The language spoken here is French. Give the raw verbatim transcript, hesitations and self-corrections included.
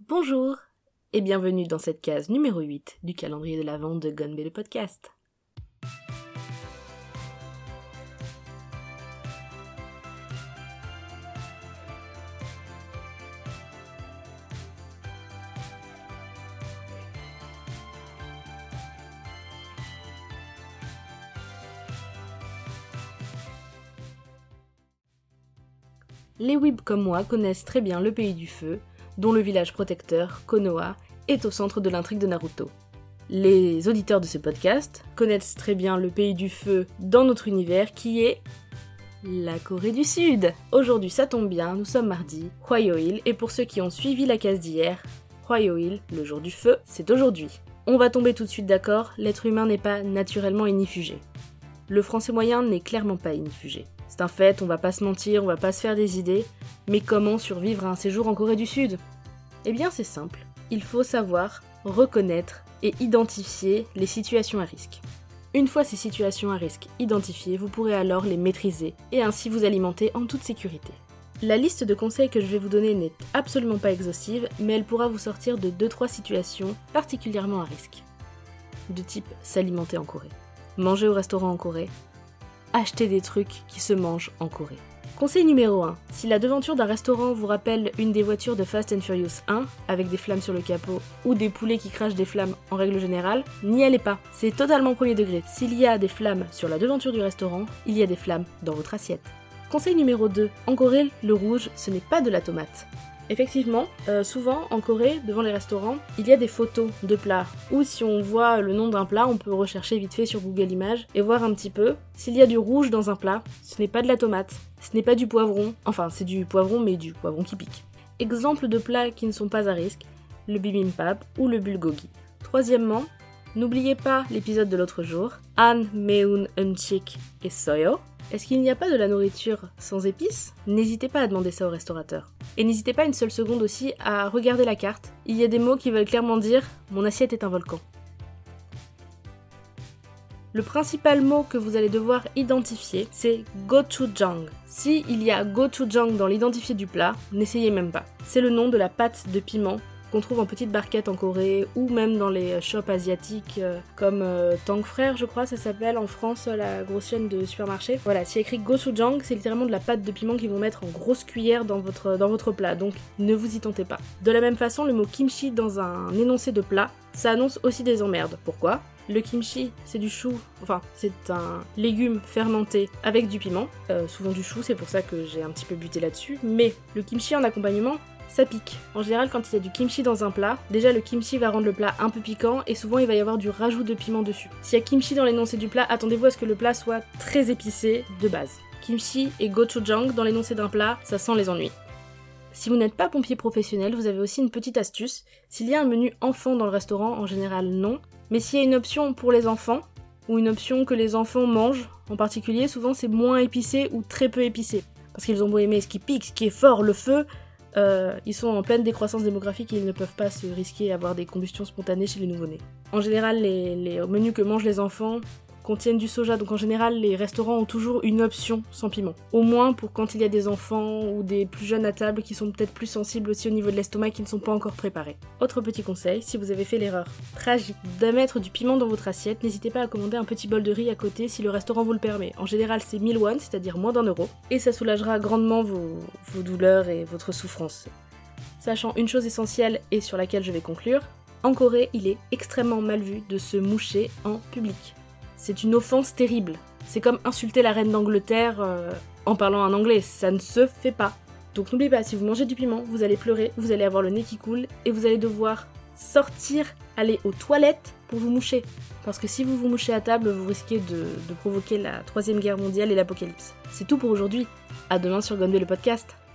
Bonjour et bienvenue dans cette case numéro huit du calendrier de l'Avent de Gonbe le podcast. Les weebs comme moi connaissent très bien le pays du feu, dont le village protecteur, Konoha, est au centre de l'intrigue de Naruto. Les auditeurs de ce podcast connaissent très bien le pays du feu dans notre univers qui est la Corée du Sud. Aujourd'hui ça tombe bien, nous sommes mardi, Hwayoil, et pour ceux qui ont suivi la case d'hier, Hwayoil, le jour du feu, c'est aujourd'hui. On va tomber tout de suite d'accord, l'être humain n'est pas naturellement ignifugé. Le français moyen n'est clairement pas ignifugé. C'est un fait, on va pas se mentir, on va pas se faire des idées, mais comment survivre à un séjour en Corée du Sud ? Eh bien c'est simple, il faut savoir reconnaître et identifier les situations à risque. Une fois ces situations à risque identifiées, vous pourrez alors les maîtriser et ainsi vous alimenter en toute sécurité. La liste de conseils que je vais vous donner n'est absolument pas exhaustive, mais elle pourra vous sortir de deux trois situations particulièrement à risque. De type s'alimenter en Corée, manger au restaurant en Corée, acheter des trucs qui se mangent en Corée. Conseil numéro un. Si la devanture d'un restaurant vous rappelle une des voitures de Fast and Furious un, avec des flammes sur le capot, ou des poulets qui crachent des flammes en règle générale, n'y allez pas. C'est totalement premier degré. S'il y a des flammes sur la devanture du restaurant, il y a des flammes dans votre assiette. Conseil numéro deux. En Corée, le rouge, ce n'est pas de la tomate. Effectivement, euh, souvent en Corée, devant les restaurants, il y a des photos de plats. Ou si on voit le nom d'un plat, on peut rechercher vite fait sur Google Images et voir un petit peu. S'il y a du rouge dans un plat, ce n'est pas de la tomate, ce n'est pas du poivron. Enfin, c'est du poivron, mais du poivron qui pique. Exemple de plats qui ne sont pas à risque, le bibimbap ou le bulgogi. Troisièmement, n'oubliez pas l'épisode de l'autre jour, An, Meun, Unchik et Soyo. Est-ce qu'il n'y a pas de la nourriture sans épices ? N'hésitez pas à demander ça au restaurateur. Et n'hésitez pas une seule seconde aussi à regarder la carte. Il y a des mots qui veulent clairement dire « mon assiette est un volcan ». Le principal mot que vous allez devoir identifier, c'est gochujang. Si il y a gochujang dans l'identifié du plat, n'essayez même pas. C'est le nom de la pâte de piment qu'on trouve en petites barquettes en Corée ou même dans les shops asiatiques euh, comme euh, Tang Frères, je crois, ça s'appelle en France, la grosse chaîne de supermarchés. Voilà, s'il y a écrit gochujang, c'est littéralement de la pâte de piment qu'ils vont mettre en grosse cuillère dans votre, dans votre plat, donc ne vous y tentez pas. De la même façon, le mot kimchi dans un énoncé de plat, ça annonce aussi des emmerdes. Pourquoi ? Le kimchi, c'est du chou, enfin, c'est un légume fermenté avec du piment, euh, souvent du chou, c'est pour ça que j'ai un petit peu buté là-dessus, mais le kimchi en accompagnement, ça pique. En général, quand il y a du kimchi dans un plat, déjà le kimchi va rendre le plat un peu piquant et souvent il va y avoir du rajout de piment dessus. S'il y a kimchi dans l'énoncé du plat, attendez-vous à ce que le plat soit très épicé de base. Kimchi et gochujang dans l'énoncé d'un plat, ça sent les ennuis. Si vous n'êtes pas pompier professionnel, vous avez aussi une petite astuce. S'il y a un menu enfant dans le restaurant, en général non, mais s'il y a une option pour les enfants, ou une option que les enfants mangent, en particulier, souvent c'est moins épicé ou très peu épicé. Parce qu'ils ont beau aimer ce qui pique, ce qui est fort, le feu, Euh, ils sont en pleine décroissance démographique et ils ne peuvent pas se risquer à avoir des combustions spontanées chez les nouveau-nés. En général, les, les menus que mangent les enfants contiennent du soja, donc en général, les restaurants ont toujours une option sans piment. Au moins pour quand il y a des enfants ou des plus jeunes à table qui sont peut-être plus sensibles aussi au niveau de l'estomac qui ne sont pas encore préparés. Autre petit conseil, si vous avez fait l'erreur tragique de mettre du piment dans votre assiette, n'hésitez pas à commander un petit bol de riz à côté si le restaurant vous le permet. En général, c'est mille won, c'est-à-dire moins d'un euro, et ça soulagera grandement vos, vos douleurs et votre souffrance. Sachant une chose essentielle et sur laquelle je vais conclure, en Corée, il est extrêmement mal vu de se moucher en public. C'est une offense terrible. C'est comme insulter la reine d'Angleterre euh, en parlant un anglais, ça ne se fait pas. Donc n'oubliez pas, si vous mangez du piment, vous allez pleurer, vous allez avoir le nez qui coule et vous allez devoir sortir, aller aux toilettes pour vous moucher. Parce que si vous vous mouchez à table, vous risquez de, de provoquer la troisième guerre mondiale et l'apocalypse. C'est tout pour aujourd'hui. À demain sur Gonbe le podcast.